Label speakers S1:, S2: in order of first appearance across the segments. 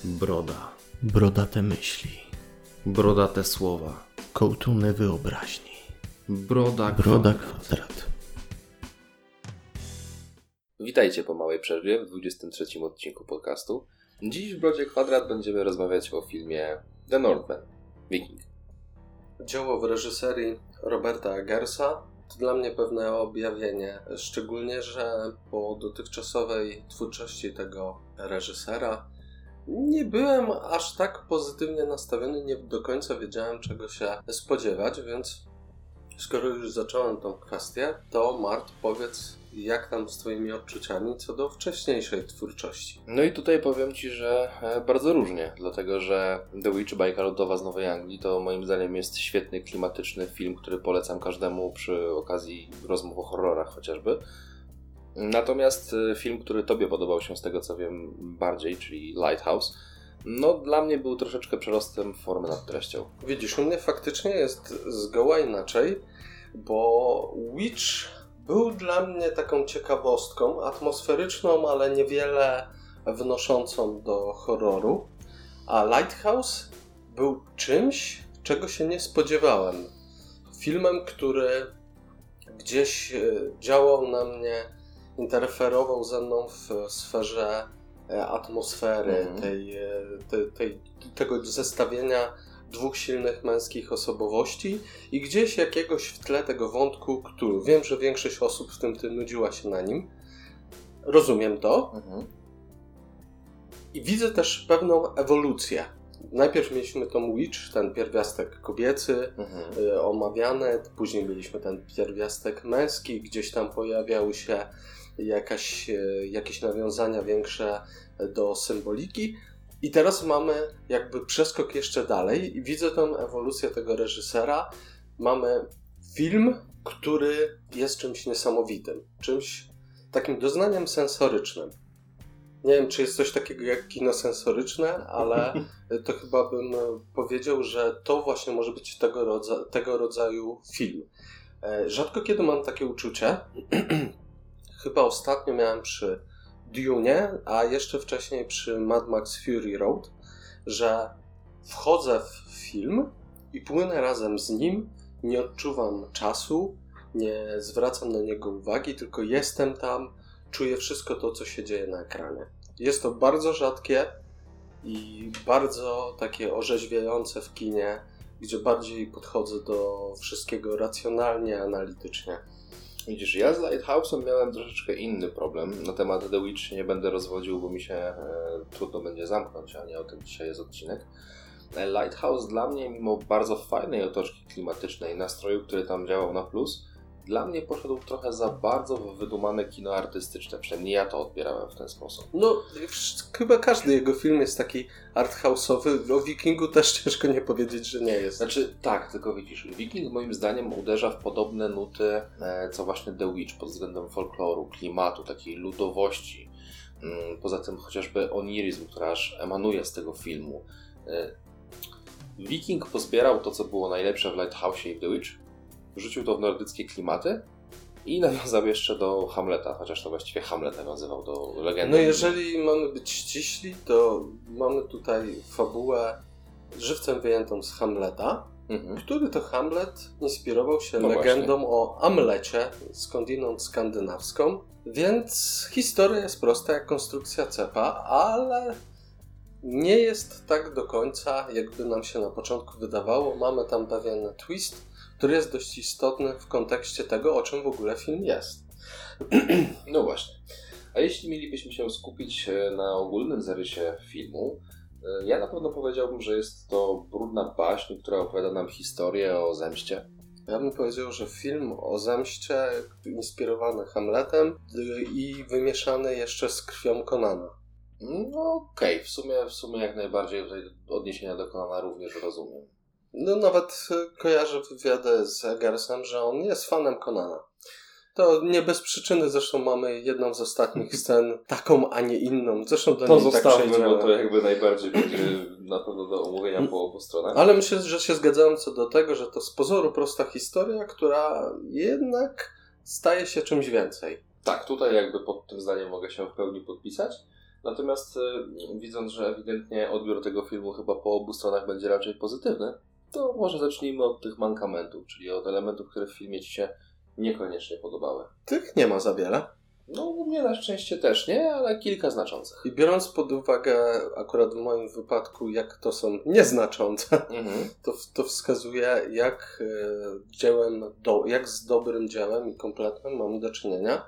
S1: Broda.
S2: Brodate myśli.
S1: Brodate słowa.
S2: Kołtuny wyobraźni.
S1: Broda
S2: kwadrat.
S3: Witajcie po małej przerwie w 23 odcinku podcastu. Dziś w Brodzie Kwadrat będziemy rozmawiać o filmie The Northman, Wiking.
S4: Dzieło w reżyserii Roberta Eggersa to dla mnie pewne objawienie, szczególnie, że po dotychczasowej twórczości tego reżysera nie byłem aż tak pozytywnie nastawiony, nie do końca wiedziałem, czego się spodziewać, więc skoro już zacząłem tą kwestię, to Mart, powiedz, jak tam z twoimi odczuciami co do wcześniejszej twórczości?
S3: No i tutaj powiem Ci, że bardzo różnie, dlatego że The Witch, bajka ludowa z Nowej Anglii to moim zdaniem jest świetny, klimatyczny film, który polecam każdemu przy okazji rozmów o horrorach chociażby. Natomiast film, który Tobie podobał się z tego co wiem bardziej, czyli Lighthouse, no dla mnie był troszeczkę przerostem formy nad treścią.
S4: Widzisz, u mnie faktycznie jest zgoła inaczej, bo Witch był dla mnie taką ciekawostką, atmosferyczną, ale niewiele wnoszącą do horroru, a Lighthouse był czymś, czego się nie spodziewałem. Filmem, który gdzieś działał na mnie, interferował ze mną w sferze atmosfery, tego zestawienia dwóch silnych męskich osobowości i gdzieś jakiegoś w tle tego wątku, który wiem, że większość osób w tym nudziła się na nim. Rozumiem to. I widzę też pewną ewolucję. Najpierw mieliśmy tą Witch, ten pierwiastek kobiecy omawiany, później mieliśmy ten pierwiastek męski, gdzieś tam pojawiały się jakieś nawiązania większe do symboliki. I teraz mamy jakby przeskok jeszcze dalej i widzę tę ewolucję tego reżysera. Mamy film, który jest czymś niesamowitym, czymś takim doznaniem sensorycznym. Nie wiem, czy jest coś takiego jak kino sensoryczne, ale to chyba bym powiedział, że to właśnie może być tego rodzaju film. Rzadko kiedy mam takie uczucie. Chyba ostatnio miałem przy Dune, a jeszcze wcześniej przy Mad Max Fury Road, że wchodzę w film i płynę razem z nim, nie odczuwam czasu, nie zwracam na niego uwagi, tylko jestem tam, czuję wszystko to, co się dzieje na ekranie. Jest to bardzo rzadkie i bardzo takie orzeźwiające w kinie, gdzie bardziej podchodzę do wszystkiego racjonalnie, analitycznie.
S3: Widzisz, ja z Lighthouse'em miałem troszeczkę inny problem. Na temat The Witch się nie będę rozwodził, bo mi się trudno będzie zamknąć, a nie o tym dzisiaj jest odcinek. Lighthouse dla mnie, mimo bardzo fajnej otoczki klimatycznej, nastroju, który tam działał na plus, dla mnie poszedł trochę za bardzo w wydumane kino artystyczne. Przynajmniej ja to odbierałem w ten sposób.
S4: No, chyba każdy jego film jest taki arthouse'owy. O Wikingu też ciężko nie powiedzieć, że nie jest.
S3: Znaczy, tak, tylko widzisz, Wiking moim zdaniem uderza w podobne nuty, co właśnie The Witch pod względem folkloru, klimatu, takiej ludowości. Poza tym chociażby onirizm, który aż emanuje z tego filmu. Wiking pozbierał to, co było najlepsze w Lighthouse'ie i w The Witch, wrzucił to w nordyckie klimaty i nawiązał jeszcze do Hamleta, chociaż to właściwie Hamlet nawiązywał do legendy.
S4: No jeżeli mamy być ściśli, to mamy tutaj fabułę żywcem wyjętą z Hamleta, który to Hamlet inspirował się legendą właśnie o Amlecie, skądinąd skandynawską, więc historia jest prosta jak konstrukcja cepa, ale nie jest tak do końca, jakby nam się na początku wydawało. Mamy tam pewien twist, który jest dość istotny w kontekście tego, o czym w ogóle film jest.
S3: No właśnie. A jeśli mielibyśmy się skupić na ogólnym zarysie filmu, ja na pewno powiedziałbym, że jest to brudna baśń, która opowiada nam historię o zemście.
S4: Ja bym powiedział, że film o zemście inspirowany Hamletem i wymieszany jeszcze z krwią Conana.
S3: No okej, w sumie jak najbardziej tutaj odniesienia do Conana również rozumiem.
S4: No nawet kojarzę wywiady z Eggersem, że on jest fanem Conana. To nie bez przyczyny, zresztą mamy jedną z ostatnich scen, taką, a nie inną. Zresztą do niej tak przejdziemy.
S3: Bo to jakby najbardziej będzie na pewno do omówienia po obu stronach.
S4: Ale myślę, że się zgadzałem co do tego, że to z pozoru prosta historia, która jednak staje się czymś więcej.
S3: Tak, tutaj jakby pod tym zdaniem mogę się w pełni podpisać. Natomiast widząc, że ewidentnie odbiór tego filmu chyba po obu stronach będzie raczej pozytywny, to może zacznijmy od tych mankamentów, czyli od elementów, które w filmie Ci się niekoniecznie podobały.
S4: Tych nie ma za wiele.
S3: No, u mnie na szczęście też nie, ale kilka znaczących.
S4: I biorąc pod uwagę, akurat w moim wypadku, jak to są nieznaczące, to wskazuje, jak z dobrym dziełem i kompletnym mamy do czynienia.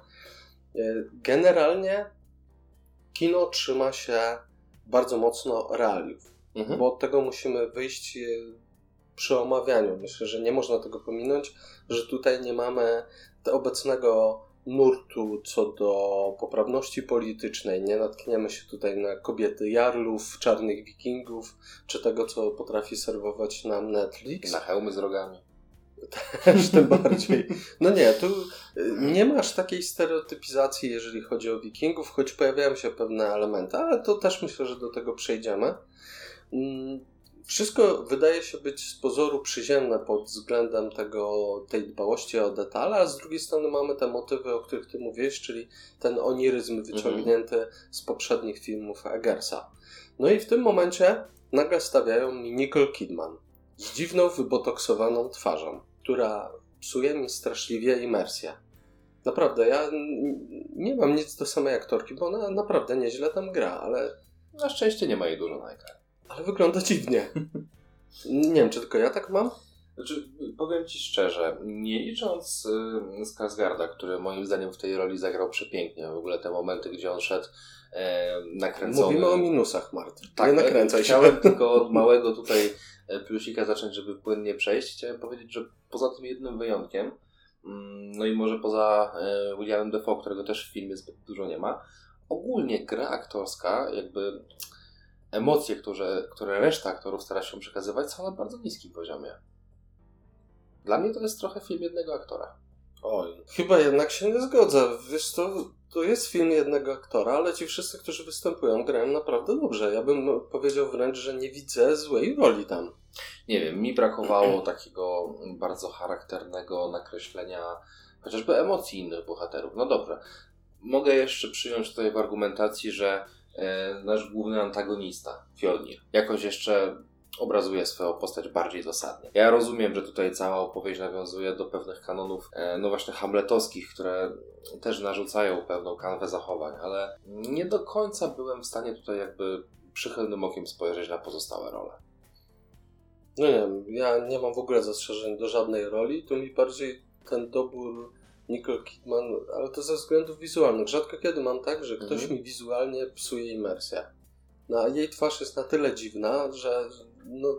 S4: Generalnie kino trzyma się bardzo mocno realiów, bo od tego musimy wyjść przy omawianiu. Myślę, że nie można tego pominąć, że tutaj nie mamy obecnego nurtu co do poprawności politycznej. Nie natkniemy się tutaj na kobiety jarlów, czarnych wikingów, czy tego, co potrafi serwować nam Netflix.
S3: Na hełmy z rogami.
S4: Też tym bardziej. No nie, tu nie masz takiej stereotypizacji, jeżeli chodzi o wikingów, choć pojawiają się pewne elementy, ale to też myślę, że do tego przejdziemy. Wszystko wydaje się być z pozoru przyziemne pod względem tej dbałości o detale, a z drugiej strony mamy te motywy, o których Ty mówiłeś, czyli ten oniryzm wyciągnięty z poprzednich filmów Eggersa. No i w tym momencie nagle stawiają mi Nicole Kidman z dziwną, wybotoksowaną twarzą, która psuje mi straszliwie imersję. Naprawdę, ja nie mam nic do samej aktorki, bo ona naprawdę nieźle tam gra, ale
S3: Na szczęście nie ma jej dużo na ekranie.
S4: ale wygląda dziwnie. Nie wiem, czy tylko ja tak mam?
S3: Znaczy, powiem Ci szczerze, nie licząc Skarsgarda, który moim zdaniem w tej roli zagrał przepięknie, w ogóle te momenty, gdzie on szedł nakręcony.
S4: Mówimy o minusach, Marty.
S3: Tak,
S4: nie nakręcaj się.
S3: Chciałem tylko od małego tutaj plusika zacząć, żeby płynnie przejść. Chciałem powiedzieć, że poza tym jednym wyjątkiem, no i może poza Williamem Dafoe, którego też w filmie zbyt dużo nie ma, ogólnie gra aktorska, jakby emocje, które reszta aktorów stara się przekazywać, są na bardzo niskim poziomie. Dla mnie to jest trochę film jednego aktora.
S4: Oj, chyba jednak się nie zgodzę. Wiesz, to jest film jednego aktora, ale ci wszyscy, którzy występują, grają naprawdę dobrze. Ja bym powiedział wręcz, że nie widzę złej roli tam.
S3: Nie wiem, mi brakowało takiego bardzo charakternego nakreślenia chociażby emocji innych bohaterów. No dobrze, mogę jeszcze przyjąć tutaj w argumentacji, że nasz główny antagonista, Fjolnir, jakoś jeszcze obrazuje swoją postać bardziej dosadnie. Ja rozumiem, że tutaj cała opowieść nawiązuje do pewnych kanonów, no właśnie hamletowskich, które też narzucają pewną kanwę zachowań, ale nie do końca byłem w stanie tutaj jakby przychylnym okiem spojrzeć na pozostałe role.
S4: No nie wiem, ja nie mam w ogóle zastrzeżeń do żadnej roli, to mi bardziej ten dobór Nicole Kidman, ale to ze względów wizualnych. Rzadko kiedy mam tak, że ktoś mi wizualnie psuje imersję. No, a jej twarz jest na tyle dziwna, że no,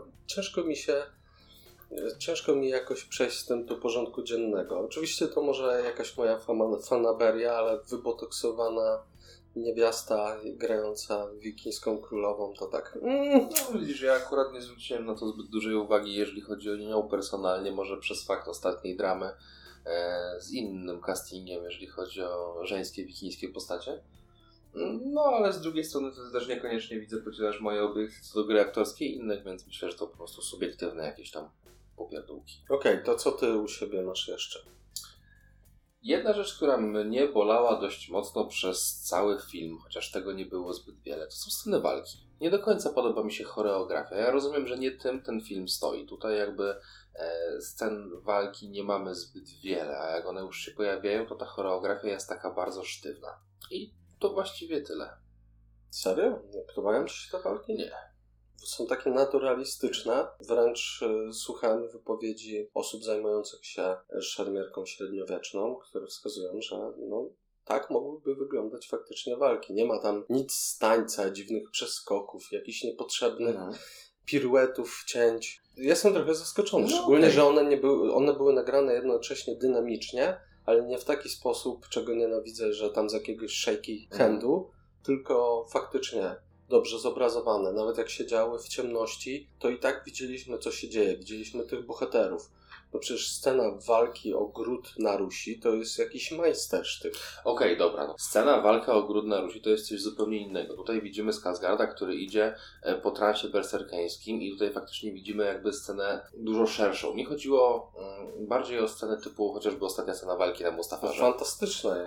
S4: ciężko mi jakoś przejść z tym do porządku dziennego. Oczywiście to może jakaś moja fanaberia, ale wybotoksowana niewiasta grająca wikińską królową to tak...
S3: No widzisz, ja akurat nie zwróciłem na to zbyt dużej uwagi, jeżeli chodzi o nią personalnie, może przez fakt ostatniej dramy z innym castingiem, jeżeli chodzi o żeńskie wikińskie postacie. No, ale z drugiej strony to też niekoniecznie widzę, podzielasz moje obiekty co do gry aktorskiej innych, więc myślę, że to po prostu subiektywne jakieś tam popierdółki.
S4: Okej, to co ty u siebie masz jeszcze?
S3: Jedna rzecz, która mnie bolała dość mocno przez cały film, chociaż tego nie było zbyt wiele, to są sceny walki. Nie do końca podoba mi się choreografia. Ja rozumiem, że nie tym ten film stoi. Tutaj jakby scen walki nie mamy zbyt wiele, a jak one już się pojawiają, to ta choreografia jest taka bardzo sztywna. I to właściwie tyle.
S4: Serio? Nie podobają ci się te walki?
S3: Nie.
S4: Są takie naturalistyczne. Wręcz słuchałem wypowiedzi osób zajmujących się szermierką średniowieczną, które wskazują, że no, tak mogłyby wyglądać faktycznie walki. Nie ma tam nic z tańca, dziwnych przeskoków, jakichś niepotrzebnych piruetów, cięć. Jestem trochę zaskoczony, szczególnie, że one były nagrane jednocześnie dynamicznie, ale nie w taki sposób, czego nienawidzę, że tam z jakiegoś shaky handu, tylko faktycznie dobrze zobrazowane. Nawet jak się działy w ciemności, to i tak widzieliśmy, co się dzieje. Widzieliśmy tych bohaterów. No przecież scena walki o gród na Rusi to jest jakiś majstersztyk.
S3: Okej, dobra. No. Scena walka o gród na Rusi to jest coś zupełnie innego. Tutaj widzimy Skarsgarda, który idzie po transie berserkeńskim i tutaj faktycznie widzimy jakby scenę dużo szerszą. Mi chodziło bardziej o scenę typu chociażby ostatnia scena walki na Mustafarze.
S4: Fantastyczna jest.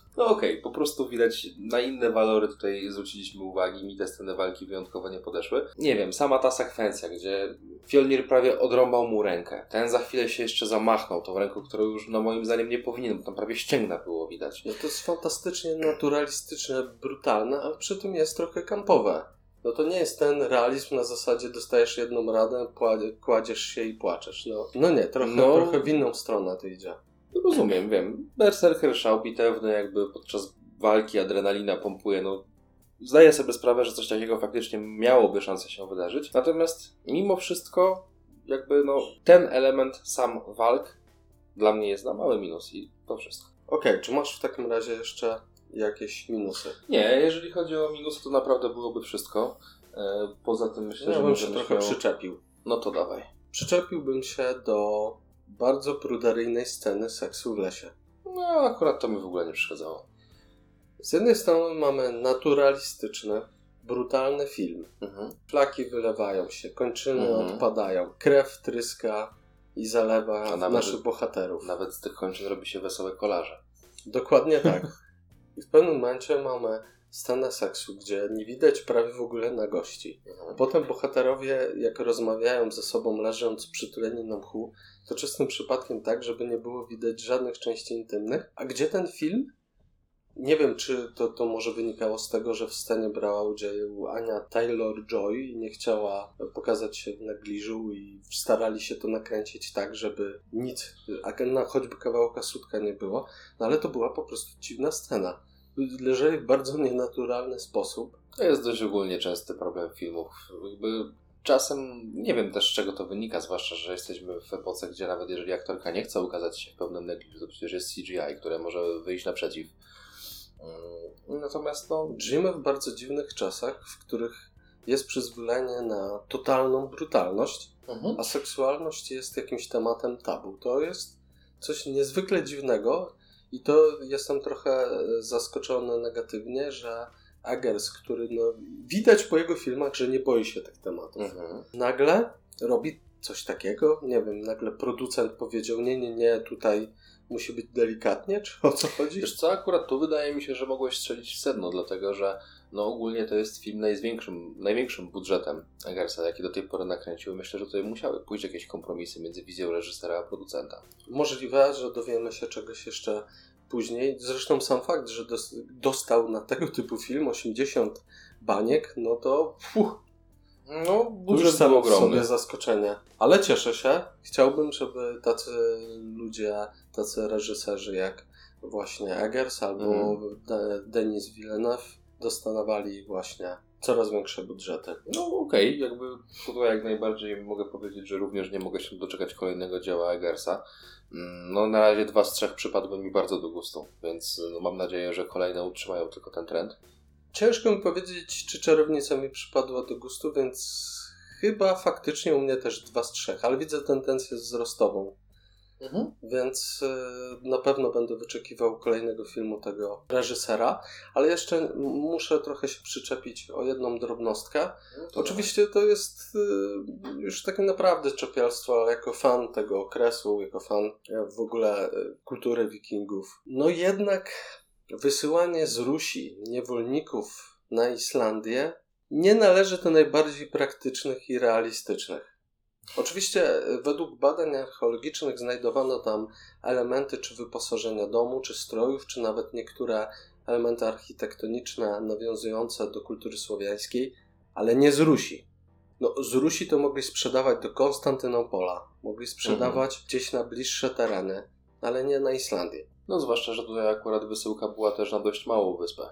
S3: No okej, po prostu widać na inne walory tutaj zwróciliśmy uwagi, mi te sceny walki wyjątkowo nie podeszły. Nie wiem, sama ta sekwencja, gdzie Fjolnir prawie odrąbał mu rękę. Ten za chwilę się jeszcze zamachnął tą ręką, którą już no moim zdaniem nie powinien, bo tam prawie ścięgna było widać.
S4: No to jest fantastycznie naturalistyczne, brutalne, ale przy tym jest trochę kampowe. No to nie jest ten realizm na zasadzie dostajesz jedną radę, kładziesz się i płaczesz. No nie, trochę w inną stronę to idzie.
S3: Rozumiem, wiem. Berserker szał bitewny, jakby podczas walki adrenalina pompuje, no zdaję sobie sprawę, że coś takiego faktycznie miałoby szansę się wydarzyć. Natomiast mimo wszystko jakby no ten element sam walk dla mnie jest na mały minus i to wszystko.
S4: Okej, czy masz w takim razie jeszcze jakieś minusy?
S3: Nie, jeżeli chodzi o minusy, to naprawdę byłoby wszystko. Poza tym myślę, że
S4: bym się trochę przyczepił.
S3: No to dawaj.
S4: Przyczepiłbym się do bardzo pruderyjnej sceny seksu w lesie.
S3: No akurat to mi w ogóle nie przeszkadzało.
S4: Z jednej strony mamy naturalistyczny, brutalny film. Flaki wylewają się, kończyny odpadają, krew tryska i zalewa naszych bohaterów.
S3: Nawet z tych kończyn robi się wesołe kolarze.
S4: Dokładnie tak. I w pewnym momencie mamy scenę seksu, gdzie nie widać prawie w ogóle nagości. Potem bohaterowie, jak rozmawiają ze sobą leżąc przytuleni na mchu, to czystym przypadkiem tak, żeby nie było widać żadnych części intymnych. A gdzie ten film? Nie wiem, czy to może wynikało z tego, że w scenie brała udział Anya Taylor-Joy i nie chciała pokazać się w negliżu i starali się to nakręcić tak, żeby nic, choćby kawałka sutka nie było. No ale to była po prostu dziwna scena. Leżeli w bardzo nienaturalny sposób.
S3: To jest dość ogólnie częsty problem filmów. Jakby czasem nie wiem też z czego to wynika, zwłaszcza, że jesteśmy w epoce, gdzie nawet jeżeli aktorka nie chce ukazać się w pełnym negliżu, to przecież jest CGI, które może wyjść naprzeciw. Natomiast
S4: żyjemy w bardzo dziwnych czasach, w których jest przyzwolenie na totalną brutalność, a seksualność jest jakimś tematem tabu. To jest coś niezwykle dziwnego i to jestem trochę zaskoczony negatywnie, że Eggers, który widać po jego filmach, że nie boi się tych tematów. Nagle robi coś takiego, nie wiem, nagle producent powiedział nie, tutaj musi być delikatnie, czy o co chodzi?
S3: Wiesz co, akurat tu wydaje mi się, że mogłeś strzelić w sedno, dlatego że ogólnie to jest film największym budżetem Eggersa, jaki do tej pory nakręcił. Myślę, że tutaj musiały pójść jakieś kompromisy między wizją reżysera a producenta.
S4: Możliwe, że dowiemy się czegoś jeszcze później. Zresztą sam fakt, że dostał na tego typu film 80 baniek, no to budżet był ogromny. Sobie zaskoczenie. Ale cieszę się. Chciałbym, żeby tacy ludzie, tacy reżyserzy jak właśnie Eggers albo Denis Villeneuve dostawali właśnie coraz większe budżety.
S3: Okej, jakby tutaj jak najbardziej mogę powiedzieć, że również nie mogę się doczekać kolejnego dzieła Eggersa. Na razie 2 z 3 przypadły mi bardzo do gustu, więc mam nadzieję, że kolejne utrzymają tylko ten trend.
S4: Ciężko mi powiedzieć, czy Czarownica mi przypadła do gustu, więc chyba faktycznie u mnie też 2 z 3, ale widzę tendencję wzrostową. Więc na pewno będę wyczekiwał kolejnego filmu tego reżysera, ale jeszcze muszę trochę się przyczepić o jedną drobnostkę. Oczywiście to jest już takie naprawdę czepialstwo, ale jako fan tego okresu, jako fan w ogóle kultury wikingów. Jednak wysyłanie z Rusi niewolników na Islandię nie należy do najbardziej praktycznych i realistycznych. Oczywiście według badań archeologicznych znajdowano tam elementy czy wyposażenia domu, czy strojów, czy nawet niektóre elementy architektoniczne nawiązujące do kultury słowiańskiej, ale nie z Rusi. Z Rusi to mogli sprzedawać do Konstantynopola, mogli sprzedawać gdzieś na bliższe tereny, ale nie na Islandię.
S3: Zwłaszcza, że tutaj akurat wysyłka była też na dość małą wyspę.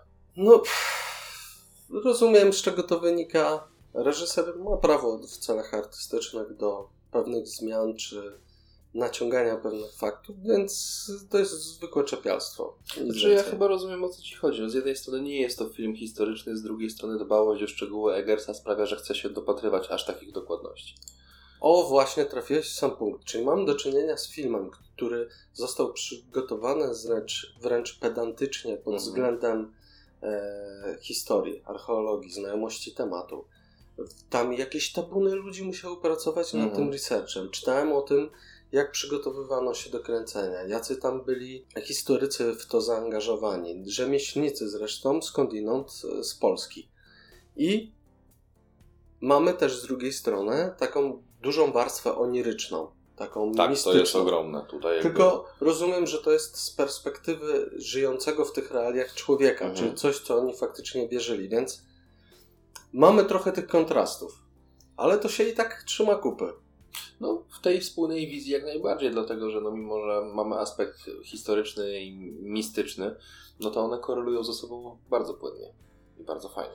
S4: Rozumiem, z czego to wynika. Reżyser ma prawo w celach artystycznych do pewnych zmian czy naciągania pewnych faktów, więc to jest zwykłe czepialstwo.
S3: Ja chyba rozumiem, o co ci chodzi. Z jednej strony nie jest to film historyczny, z drugiej strony dbałość o szczegóły Eggersa sprawia, że chce się dopatrywać aż takich dokładności.
S4: Właśnie trafiłeś w sam punkt. Czyli mam do czynienia z filmem, który został przygotowany wręcz pedantycznie pod względem historii, archeologii, znajomości tematu. Tam jakieś tabuny ludzi musiały pracować nad tym researchem. Czytałem o tym, jak przygotowywano się do kręcenia, jacy tam byli historycy w to zaangażowani, rzemieślnicy zresztą skądinąd z Polski. I mamy też z drugiej strony taką dużą warstwę oniryczną, taką
S3: Tak,
S4: mistyczną.
S3: to jest ogromne tutaj.
S4: Tylko rozumiem, że to jest z perspektywy żyjącego w tych realiach człowieka, czyli coś, co oni faktycznie wierzyli, więc mamy trochę tych kontrastów, ale to się i tak trzyma kupy.
S3: No, w tej wspólnej wizji jak najbardziej, dlatego że no, mimo, że mamy aspekt historyczny i mistyczny, no to one korelują ze sobą bardzo płynnie i bardzo fajnie.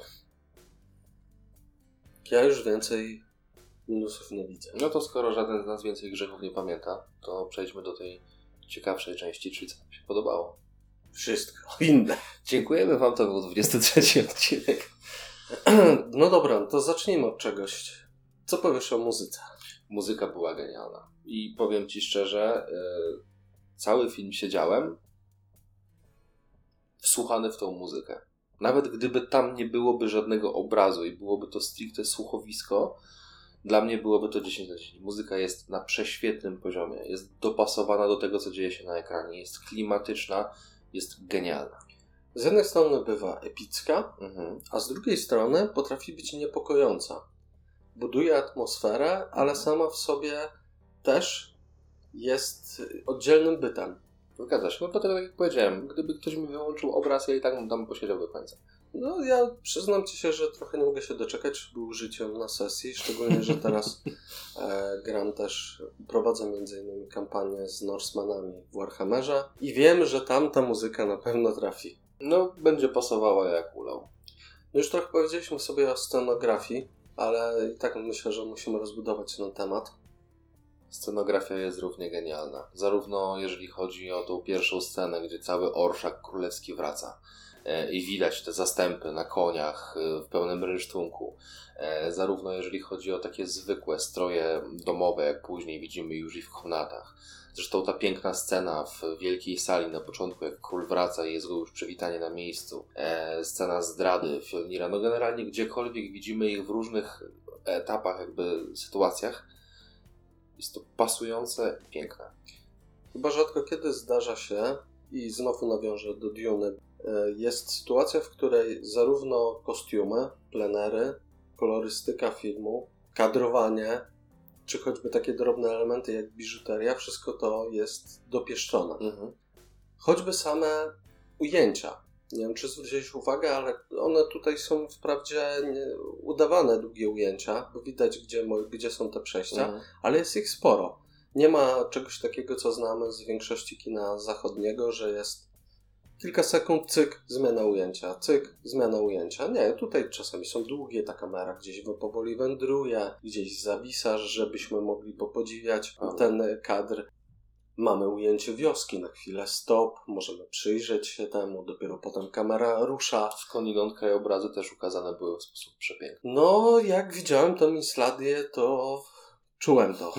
S4: Ja już więcej minusów nie widzę.
S3: No to skoro żaden z nas więcej grzechów nie pamięta, to przejdźmy do tej ciekawszej części, czyli co nam się podobało.
S4: Wszystko inne.
S3: Dziękujemy Wam, to był 23 odcinek.
S4: No dobra, to zacznijmy od czegoś. Co powiesz o muzyce?
S3: Muzyka była genialna. I powiem Ci szczerze, cały film siedziałem wsłuchany w tą muzykę. Nawet gdyby tam nie byłoby żadnego obrazu i byłoby to stricte słuchowisko, dla mnie byłoby to 10 na 10. Muzyka jest na prześwietnym poziomie. Jest dopasowana do tego, co dzieje się na ekranie. Jest klimatyczna, jest genialna.
S4: Z jednej strony bywa epicka, a z drugiej strony potrafi być niepokojąca. Buduje atmosferę, ale sama w sobie też jest oddzielnym bytem.
S3: Zgadza się. No dlatego, tak jak powiedziałem, gdyby ktoś mi wyłączył obraz, ja i tak bym tam posiedział do końca.
S4: No ja przyznam Ci się, że trochę nie mogę się doczekać, żeby użyciem na sesji, szczególnie, że teraz gram też, prowadzę m.in. kampanię z Norsemanami w Warhammerze i wiem, że tam ta muzyka na pewno trafi.
S3: No, będzie pasowała jak ulał.
S4: No już trochę powiedzieliśmy sobie o scenografii, ale i tak myślę, że musimy rozbudować ten temat.
S3: Scenografia jest równie genialna. Zarówno jeżeli chodzi o tą pierwszą scenę, gdzie cały orszak królewski wraca i widać te zastępy na koniach w pełnym rynsztunku. Zarówno jeżeli chodzi o takie zwykłe stroje domowe, jak później widzimy już i w komnatach. Zresztą ta piękna scena w wielkiej sali na początku, jak król wraca i jest już przywitanie na miejscu. Scena zdrady Fjolnira. No generalnie gdziekolwiek widzimy ich w różnych etapach, jakby sytuacjach. Jest to pasujące i piękne.
S4: Chyba rzadko kiedy zdarza się, i znowu nawiążę do Duny, jest sytuacja, w której zarówno kostiumy, plenery, kolorystyka filmu, kadrowanie, czy choćby takie drobne elementy jak biżuteria, wszystko to jest dopieszczone. Choćby same ujęcia. Nie wiem, czy zwróciłeś uwagę, ale one tutaj są wprawdzie udawane długie ujęcia, bo widać, gdzie są te przejścia, ale jest ich sporo. Nie ma czegoś takiego, co znamy z większości kina zachodniego, że jest kilka sekund, cyk, zmiana ujęcia, cyk, zmiana ujęcia. Nie, tutaj czasami są długie, ta kamera gdzieś powoli wędruje, gdzieś zawisa, żebyśmy mogli popodziwiać ten kadr. Mamy ujęcie wioski, na chwilę stop, możemy przyjrzeć się temu, dopiero potem kamera rusza.
S3: Skądinąd krajobrazy też ukazane były w sposób przepiękny.
S4: No, jak widziałem tą Islandię, to czułem to.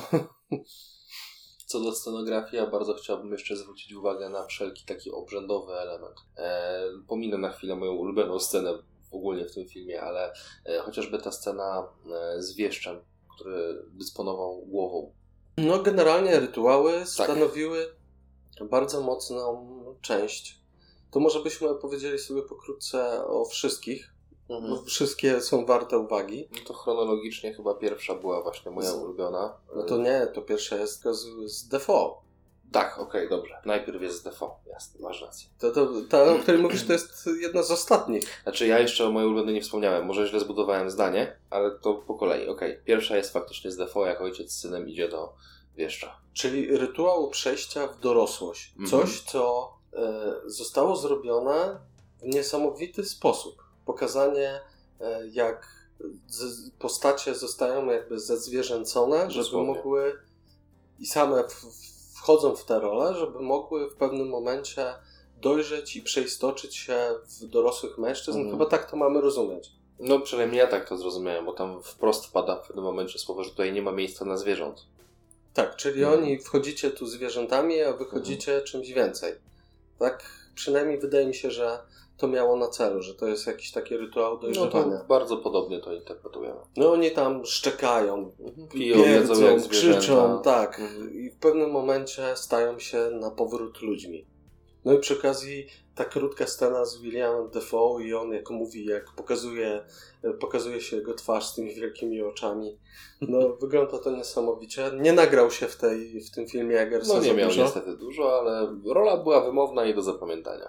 S3: Co do scenografii, ja bardzo chciałbym jeszcze zwrócić uwagę na wszelki taki obrzędowy element. Pominę na chwilę moją ulubioną scenę ogólnie w tym filmie, ale chociażby ta scena z wieszczem, który dysponował głową.
S4: No, generalnie rytuały stanowiły bardzo mocną część. To może byśmy powiedzieli sobie pokrótce o wszystkich, bo wszystkie są warte uwagi.
S3: No to chronologicznie chyba pierwsza była właśnie moja ulubiona.
S4: No to nie, to pierwsza jest z Defoe.
S3: Tak, okej, dobrze. Najpierw jest Defoe, jasne, masz rację.
S4: Ta, o której mówisz, to jest jedna z ostatnich.
S3: Znaczy ja jeszcze o mojej ulubionej nie wspomniałem, może źle zbudowałem zdanie, ale to po kolei, okej. Pierwsza jest faktycznie z Defoe, jak ojciec z synem idzie do wieszcza.
S4: Czyli rytuał przejścia w dorosłość. Coś, co zostało zrobione w niesamowity sposób. Pokazanie, jak postacie zostają jakby zezwierzęcone, żeby
S3: Dosłownie.
S4: mogły i same wchodzą w tę rolę, żeby mogły w pewnym momencie dojrzeć i przeistoczyć się w dorosłych mężczyzn. Chyba tak to mamy rozumieć.
S3: No przynajmniej ja tak to zrozumiałem, bo tam wprost pada w pewnym momencie słowo, że tutaj nie ma miejsca na zwierząt.
S4: Tak, czyli oni wchodzicie tu zwierzętami, a wychodzicie czymś więcej. Tak przynajmniej wydaje mi się, że to miało na celu, że to jest jakiś taki rytuał
S3: No
S4: dojrzewania.
S3: to bardzo podobnie to interpretujemy.
S4: No oni tam szczekają,
S3: Piją, jedzą jak
S4: pierdzą,
S3: zwierzęta.
S4: krzyczą, tak.
S3: Mhm.
S4: I w pewnym momencie stają się na powrót ludźmi. No i przy okazji ta krótka scena z Williamem Dafoe i on jak mówi, jak pokazuje się jego twarz z tymi wielkimi oczami. No wygląda to niesamowicie. Nie nagrał się w tym filmie Eggersa
S3: No nie
S4: za
S3: miał
S4: dużo.
S3: niestety dużo, ale rola była wymowna i do zapamiętania.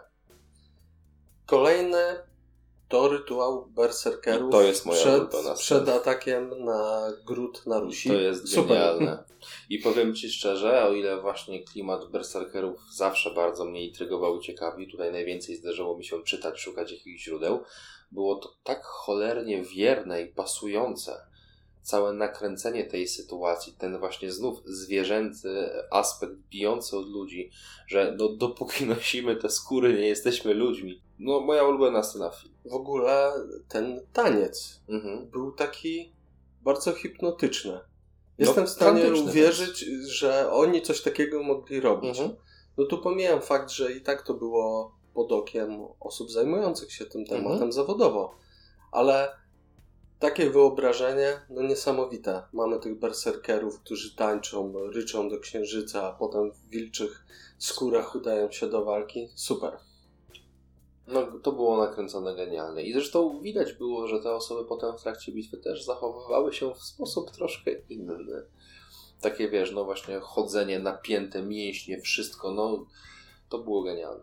S4: Kolejny to rytuał berserkerów
S3: I to jest moja ulubiona
S4: przed
S3: scena.
S4: atakiem na gród na Rusi.
S3: To jest
S4: Super.
S3: genialne. I powiem Ci szczerze, o ile właśnie klimat berserkerów zawsze bardzo mnie intrygował i ciekawi, tutaj najwięcej zdarzyło mi się czytać, szukać jakichś źródeł, było to tak cholernie wierne i pasujące. Całe nakręcenie tej sytuacji, ten właśnie znów zwierzęcy aspekt bijący od ludzi, że no dopóki nosimy te skóry, nie jesteśmy ludźmi. No moja ulubiona scena w filmie.
S4: W ogóle ten taniec
S3: Mhm.
S4: był taki bardzo hipnotyczny.
S3: No,
S4: Jestem w stanie
S3: kantyczny
S4: uwierzyć, że oni coś takiego mogli robić.
S3: Mhm.
S4: No tu pomijam fakt, że i tak to było pod okiem osób zajmujących się tym tematem zawodowo. Ale takie wyobrażenie, no niesamowite. Mamy tych berserkerów, którzy tańczą, ryczą do księżyca, a potem w wilczych skórach udają się do walki. Super.
S3: No, to było nakręcone genialnie. I zresztą widać było, że te osoby potem w trakcie bitwy też zachowywały się w sposób troszkę inny. Takie, wiesz, no właśnie chodzenie, napięte mięśnie, wszystko, no to było genialne.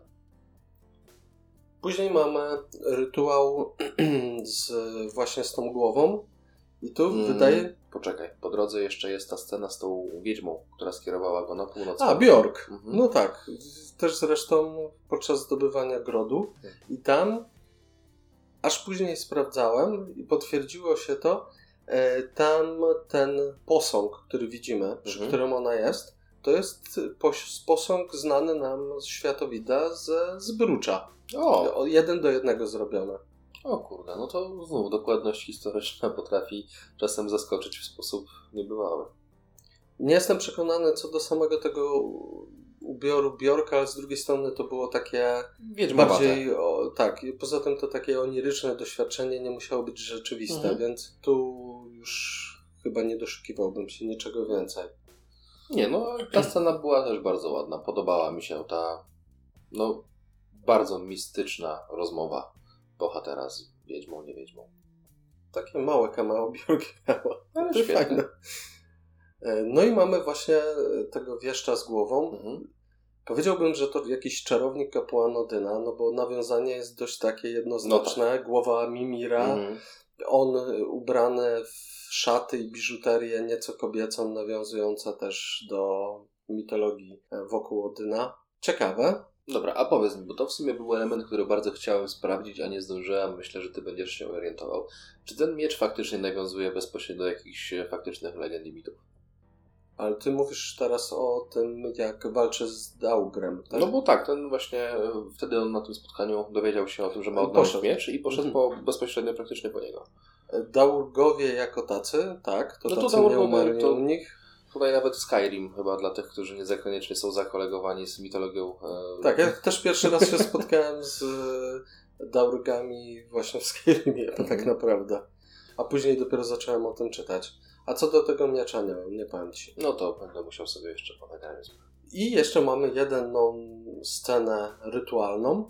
S4: Później mamy rytuał właśnie z tą głową i tu wydaje...
S3: Poczekaj, po drodze jeszcze jest ta scena z tą wiedźmą, która skierowała go na północ.
S4: A, Bjork.
S3: Mhm.
S4: No tak. Też zresztą podczas zdobywania grodu. I tam, aż później sprawdzałem i potwierdziło się to, tam ten posąg, który widzimy, przy którym ona jest, to jest posąg znany nam z światowida z Brucza.
S3: O,
S4: 1:1 zrobione.
S3: o kurde, no to znów dokładność historyczna potrafi czasem zaskoczyć w sposób niebywały.
S4: Nie jestem przekonany co do samego tego ubioru Bjorka, ale z drugiej strony to było takie
S3: Wiedźmowate.
S4: bardziej, tak, i poza tym to takie oniryczne doświadczenie nie musiało być rzeczywiste, więc tu już chyba nie doszukiwałbym się niczego więcej.
S3: Nie, no ta scena była też bardzo ładna. Podobała mi się ta, no, bardzo mistyczna rozmowa bohatera z wiedźmą, nie wiedźmą.
S4: Takie małe cameo Bjork miała.
S3: Ale
S4: To
S3: świetne.
S4: fajne. No i mamy właśnie tego wieszcza z głową. Powiedziałbym, że to jakiś czarownik kapłan Odyna, no bo nawiązanie jest dość takie jednoznaczne. Głowa Mimira, on ubrany w szaty i biżuterię nieco kobiecą, nawiązująca też do mitologii wokół Odyna. Ciekawe.
S3: Dobra, a powiedz mi, bo to w sumie był element, który bardzo chciałem sprawdzić, a nie zdążyłem. Myślę, że ty będziesz się orientował. Czy ten miecz faktycznie nawiązuje bezpośrednio do jakichś faktycznych legend i mitów?
S4: Ale ty mówisz teraz o tym, jak walczy z Daugrem, tak?
S3: No bo tak, ten właśnie, wtedy on na tym spotkaniu dowiedział się o tym, że ma
S4: I
S3: odnaleźć
S4: poszedł.
S3: miecz i poszedł bezpośrednio praktycznie po niego.
S4: Daurgowie jako tacy, tak? To
S3: No to
S4: tacy
S3: Daurgowie
S4: nie umarli
S3: to-
S4: u nich.
S3: Tutaj nawet Skyrim chyba dla tych, którzy niekoniecznie są zakolegowani z mitologią.
S4: Tak, ja też pierwszy raz się spotkałem z Daurgami właśnie w Skyrimie, tak naprawdę. A później dopiero zacząłem o tym czytać. A co do tego miecza nie wiem, nie powiem ci.
S3: No to będę musiał sobie jeszcze po nagraniu.
S4: I jeszcze mamy jedną scenę rytualną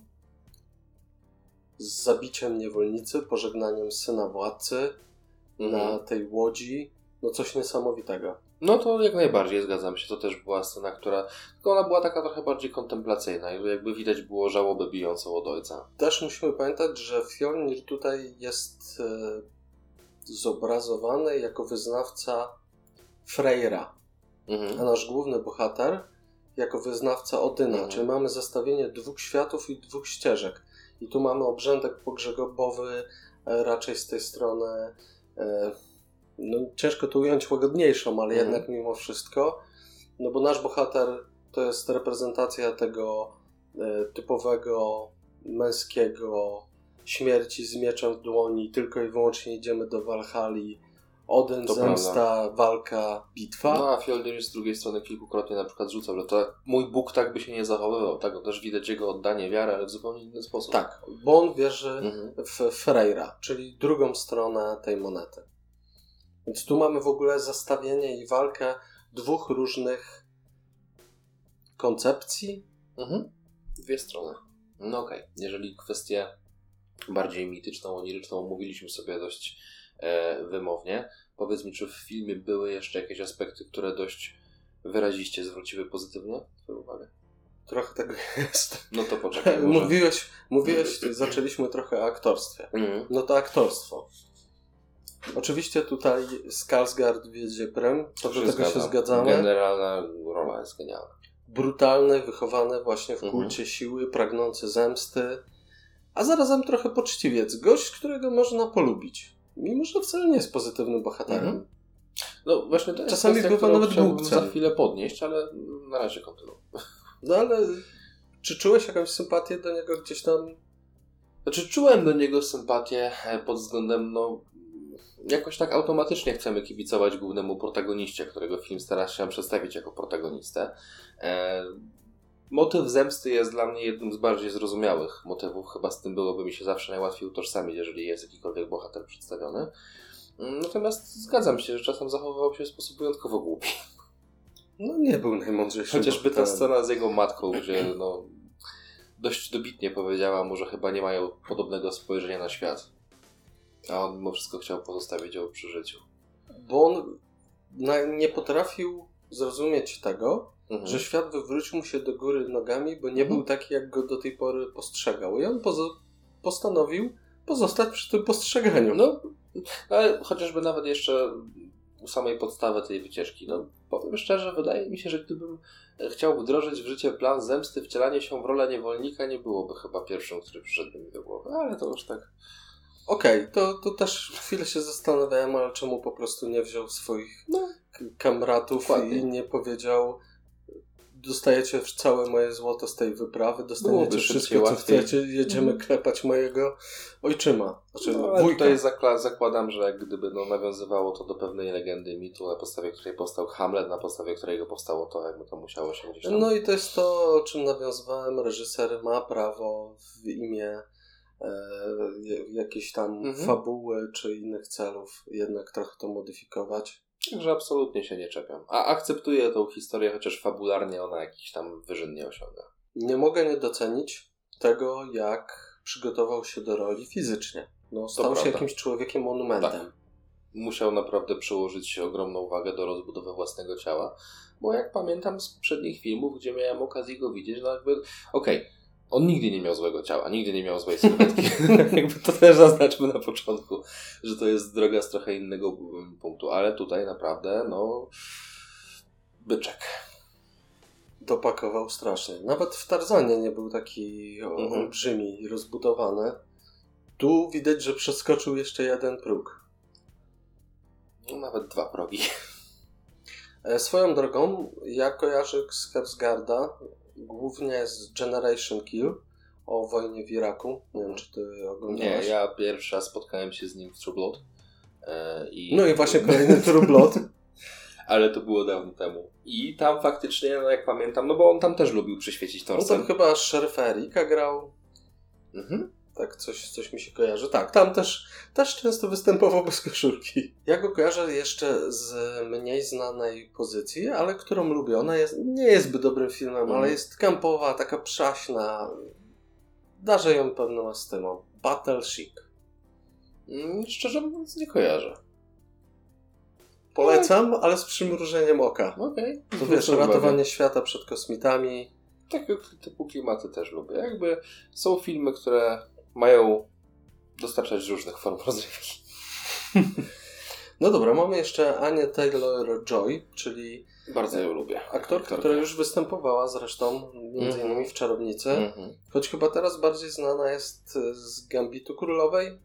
S4: z zabiciem niewolnicy, pożegnaniem syna władcy na tej łodzi. No coś niesamowitego.
S3: No to jak najbardziej zgadzam się. To też była scena, która... Tylko ona była taka trochę bardziej kontemplacyjna. Jakby widać było żałobę bijącą od ojca.
S4: Też musimy pamiętać, że Fjolnir tutaj jest zobrazowany jako wyznawca Freyra, a nasz główny bohater jako wyznawca Odyna, czyli mamy zestawienie dwóch światów i dwóch ścieżek. I tu mamy obrzędek pogrzebowy raczej z tej strony, no ciężko to ująć łagodniejszą, ale jednak mimo wszystko, no bo nasz bohater to jest reprezentacja tego typowego męskiego śmierci z mieczem w dłoni, tylko i wyłącznie idziemy do Walhalli, Odyn,
S3: To
S4: zemsta, walka, bitwa.
S3: No a Fjolnir z drugiej strony kilkukrotnie na przykład rzucał, że to mój Bóg tak by się nie zachowywał. Tak, też widać jego oddanie wiary, ale w zupełnie inny sposób.
S4: Tak, bo on wierzy w Freyra, czyli drugą stronę tej monety. Więc tu mamy w ogóle zestawienie i walkę dwóch różnych koncepcji.
S3: Dwie strony. No okej. Jeżeli kwestię bardziej mityczną, oniryczną omówiliśmy sobie dość wymownie, powiedz mi, czy w filmie były jeszcze jakieś aspekty, które dość wyraziście zwróciły pozytywnie twoją uwagę?
S4: Trochę tego jest.
S3: No to poczekaj. Może...
S4: Mówiłeś, zaczęliśmy trochę o aktorstwie. No to aktorstwo. Oczywiście tutaj Skarsgård wiedzie prym, to do tego się zgadzamy.
S3: Generalna rola jest genialna.
S4: Brutalny, wychowany właśnie w kulcie siły, pragnący zemsty, a zarazem trochę poczciwiec. Gość, którego można polubić. Mimo, że wcale nie jest pozytywnym bohaterem.
S3: No właśnie to jest
S4: czasami
S3: kwestia,
S4: bywa
S3: którą
S4: nawet
S3: chciałbym
S4: głupcem.
S3: za chwilę podnieść, ale na razie kontynuuję.
S4: No ale czy czułeś jakąś sympatię do niego gdzieś tam?
S3: Znaczy czułem do niego sympatię pod względem, no jakoś tak automatycznie chcemy kibicować głównemu protagoniście, którego film stara się przedstawić jako protagonistę. Motyw zemsty jest dla mnie jednym z bardziej zrozumiałych motywów. Chyba z tym byłoby mi się zawsze najłatwiej utożsamić, jeżeli jest jakikolwiek bohater przedstawiony. Natomiast zgadzam się, że czasem zachowywał się w sposób wyjątkowo głupi.
S4: No nie był najmądrzejszy.
S3: Chociażby ta scena z jego matką, gdzie no, dość dobitnie powiedziała mu, że chyba nie mają podobnego spojrzenia na świat. A on mimo wszystko chciał pozostawić ją przy życiu.
S4: Bo on nie potrafił zrozumieć tego, że świat wywrócił mu się do góry nogami, bo nie był taki, jak go do tej pory postrzegał. I on postanowił pozostać przy tym postrzeganiu.
S3: No, ale chociażby nawet jeszcze u samej podstawy tej wycieczki. No, powiem szczerze, wydaje mi się, że gdybym chciał wdrożyć w życie plan zemsty, wcielanie się w rolę niewolnika nie byłoby chyba pierwszym, który przyszedł mi do głowy. Ale to już tak...
S4: Okej, to też chwilę się zastanawiałem, ale czemu po prostu nie wziął swoich kamratów i nie powiedział: dostajecie całe moje złoto z tej wyprawy, dostaniecie wszystko, co chcecie, jedziemy klepać mojego ojczyma. Znaczy wujka.
S3: Tutaj zakładam, że jak gdyby nawiązywało to do pewnej legendy, mitu, na podstawie której powstał Hamlet, na podstawie którego powstało to, jakby to musiało się gdzieś tam...
S4: No i to jest to, o czym nawiązywałem. Reżyser ma prawo w imię jakieś tam fabuły czy innych celów jednak trochę to modyfikować.
S3: Także absolutnie się nie czepiam. A akceptuję tą historię, chociaż fabularnie ona jakiś tam wyczyn nie osiąga.
S4: Nie mogę nie docenić tego, jak przygotował się do roli fizycznie. No, stał się jakimś człowiekiem monumentem.
S3: Tak. Musiał naprawdę przyłożyć ogromną wagę do rozbudowy własnego ciała, bo jak pamiętam z poprzednich filmów, gdzie miałem okazję go widzieć, no jakby on nigdy nie miał złego ciała, nigdy nie miał złej sylwetki. Jakby to też zaznaczmy na początku, że to jest droga z trochę innego punktu, ale tutaj naprawdę, byczek.
S4: Dopakował strasznie. Nawet w Tarzanie nie był taki olbrzymi i rozbudowany. Tu widać, że przeskoczył jeszcze jeden próg.
S3: No, nawet 2 progi.
S4: Swoją drogą, ja kojarzę Skarsgårda głównie z Generation Kill o wojnie w Iraku. Nie wiem, czy ty oglądałeś.
S3: Nie, ja pierwszy raz spotkałem się z nim w True Blood.
S4: No i właśnie kolejny True Blood.
S3: Ale to było dawno temu. I tam faktycznie, jak pamiętam, bo on tam też lubił przyświecić torsem.
S4: On tam chyba szeryfa Erika grał. Tak, coś mi się kojarzy. Tak, tam też często występował bez koszulki. Ja go kojarzę jeszcze z mniej znanej pozycji, ale którą lubię. Ona nie jest zbyt dobrym filmem, ale jest kampowa, taka przaśna. Darzę ją pewną estymą. Battleship.
S3: Szczerze mówiąc, nie kojarzę.
S4: Polecam, ale z przymrużeniem oka.
S3: Okej.
S4: To wiesz, ratowanie świata przed kosmitami.
S3: Takie typu klimaty też lubię. Jakby są filmy, które mają dostarczać różnych form rozrywki.
S4: No dobra, mamy jeszcze Anię Taylor-Joy, czyli
S3: bardzo ją lubię.
S4: Aktorka, która już występowała zresztą między innymi w Czarownicy. Choć chyba teraz bardziej znana jest z Gambitu Królowej.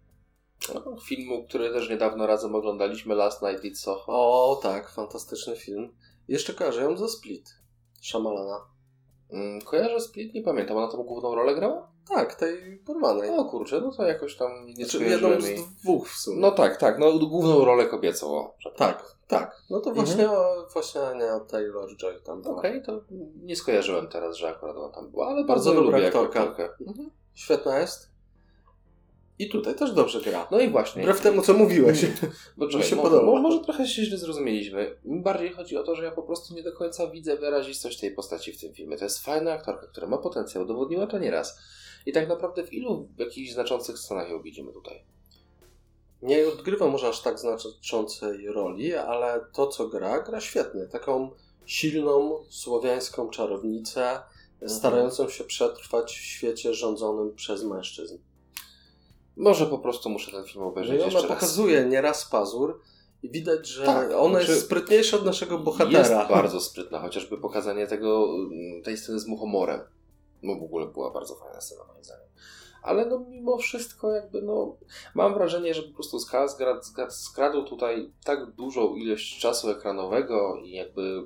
S3: Filmu, który też niedawno razem oglądaliśmy, Last Night in Soho.
S4: O tak, fantastyczny film. Jeszcze kojarzę ją ze Split, Shyamalana.
S3: Kojarzę Split, nie pamiętam. Ona tam główną rolę grała?
S4: Tak, tej porwanej.
S3: O kurczę, no to jakoś tam nie
S4: Znaczy, jedną
S3: skojarzyłem
S4: z
S3: jej.
S4: dwóch w sumie.
S3: No tak, no główną rolę kobiecą. O,
S4: Tak. No to właśnie Anya Taylor-Joy tam była.
S3: Okej, to nie skojarzyłem teraz, że akurat ona tam była, ale
S4: Bardzo
S3: bardzo
S4: dobra
S3: lubię jako
S4: aktorka.
S3: aktorkę.
S4: Świetna jest. I tutaj też dobrze gra.
S3: No i właśnie.
S4: Wbrew temu, co mówiłeś.
S3: Bo
S4: mi się podoba.
S3: Może trochę się źle zrozumieliśmy. Mi bardziej chodzi o to, że ja po prostu nie do końca widzę wyrazistość tej postaci w tym filmie. To jest fajna aktorka, która ma potencjał, udowodniła to nieraz. I tak naprawdę w ilu jakichś znaczących scenach ją widzimy tutaj?
S4: Nie odgrywa może aż tak znaczącej roli, ale to, co gra świetnie. Taką silną, słowiańską czarownicę, starającą się przetrwać w świecie rządzonym przez mężczyzn.
S3: Może po prostu muszę ten film obejrzeć
S4: Ona
S3: jeszcze raz.
S4: pokazuje nieraz pazur i widać, że
S3: Tak,
S4: ona
S3: znaczy,
S4: jest sprytniejsza od naszego bohatera.
S3: Jest bardzo sprytna, chociażby pokazanie tej sceny z muchomorem. No w ogóle była bardzo fajna scena moim zdaniem. Ale no mimo wszystko jakby mam wrażenie, że po prostu skradł tutaj tak dużą ilość czasu ekranowego i jakby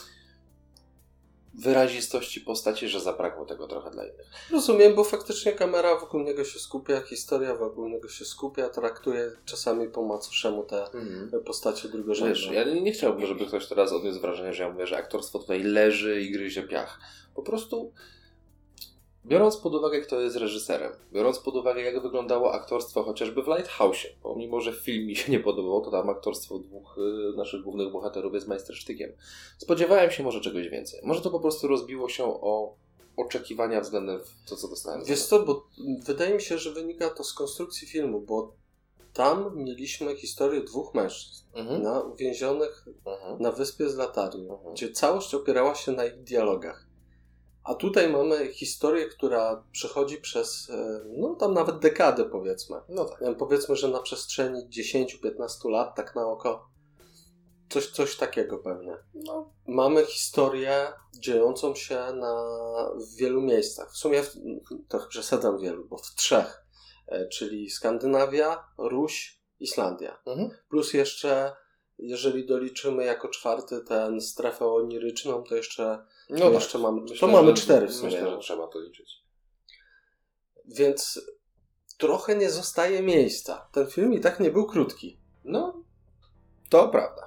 S3: wyrazistości postaci, że zabrakło tego trochę dla innych.
S4: Rozumiem, bo faktycznie kamera wokół niego się skupia, historia wokół niego się skupia, traktuje czasami po macoszemu te postacie drugorzędne.
S3: Wiesz, ja nie chciałbym, żeby ktoś teraz odniósł wrażenie, że ja mówię, że aktorstwo tutaj leży i gryzie piach. Po prostu biorąc pod uwagę, kto jest reżyserem, biorąc pod uwagę, jak wyglądało aktorstwo chociażby w Lighthouse'ie, bo mimo, że film mi się nie podobał, to tam aktorstwo dwóch naszych głównych bohaterów jest majstersztykiem. Spodziewałem się może czegoś więcej. Może to po prostu rozbiło się o oczekiwania względem to, co dostałem.
S4: Wiesz co, bo wydaje mi się, że wynika to z konstrukcji filmu, bo tam mieliśmy historię dwóch mężczyzn uwięzionych na wyspie z Latarią, gdzie całość opierała się na ich dialogach. A tutaj mamy historię, która przechodzi przez, tam nawet dekadę powiedzmy.
S3: No tak.
S4: Powiedzmy, że na przestrzeni 10-15 lat, tak na oko, coś takiego pewnie.
S3: No.
S4: Mamy historię dziejącą się w wielu miejscach. W sumie trochę przesadzam wielu, bo w 3. Czyli Skandynawia, Ruś, Islandia. Plus jeszcze, jeżeli doliczymy jako 4. tę strefę oniryczną, to jeszcze mamy 4 w sumie.
S3: Myślę, że trzeba to liczyć.
S4: Więc trochę nie zostaje miejsca. Ten film i tak nie był krótki.
S3: No, to prawda.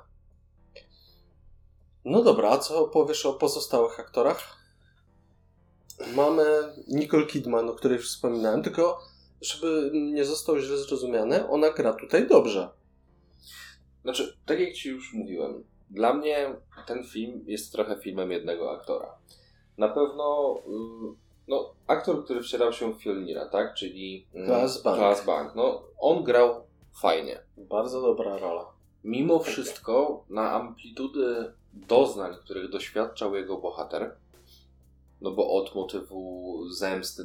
S4: No dobra, a co powiesz o pozostałych aktorach? Mamy Nicole Kidman, o której już wspominałem, tylko żeby nie został źle zrozumiane, ona gra tutaj dobrze.
S3: Znaczy, tak jak Ci już mówiłem, dla mnie ten film jest trochę filmem jednego aktora. Na pewno aktor, który wcierał się w Fjolnira, tak? Czyli Claes Bang. On grał fajnie.
S4: Bardzo dobra rola.
S3: Mimo wszystko na amplitudy doznań, których doświadczał jego bohater, bo od motywu zemsty,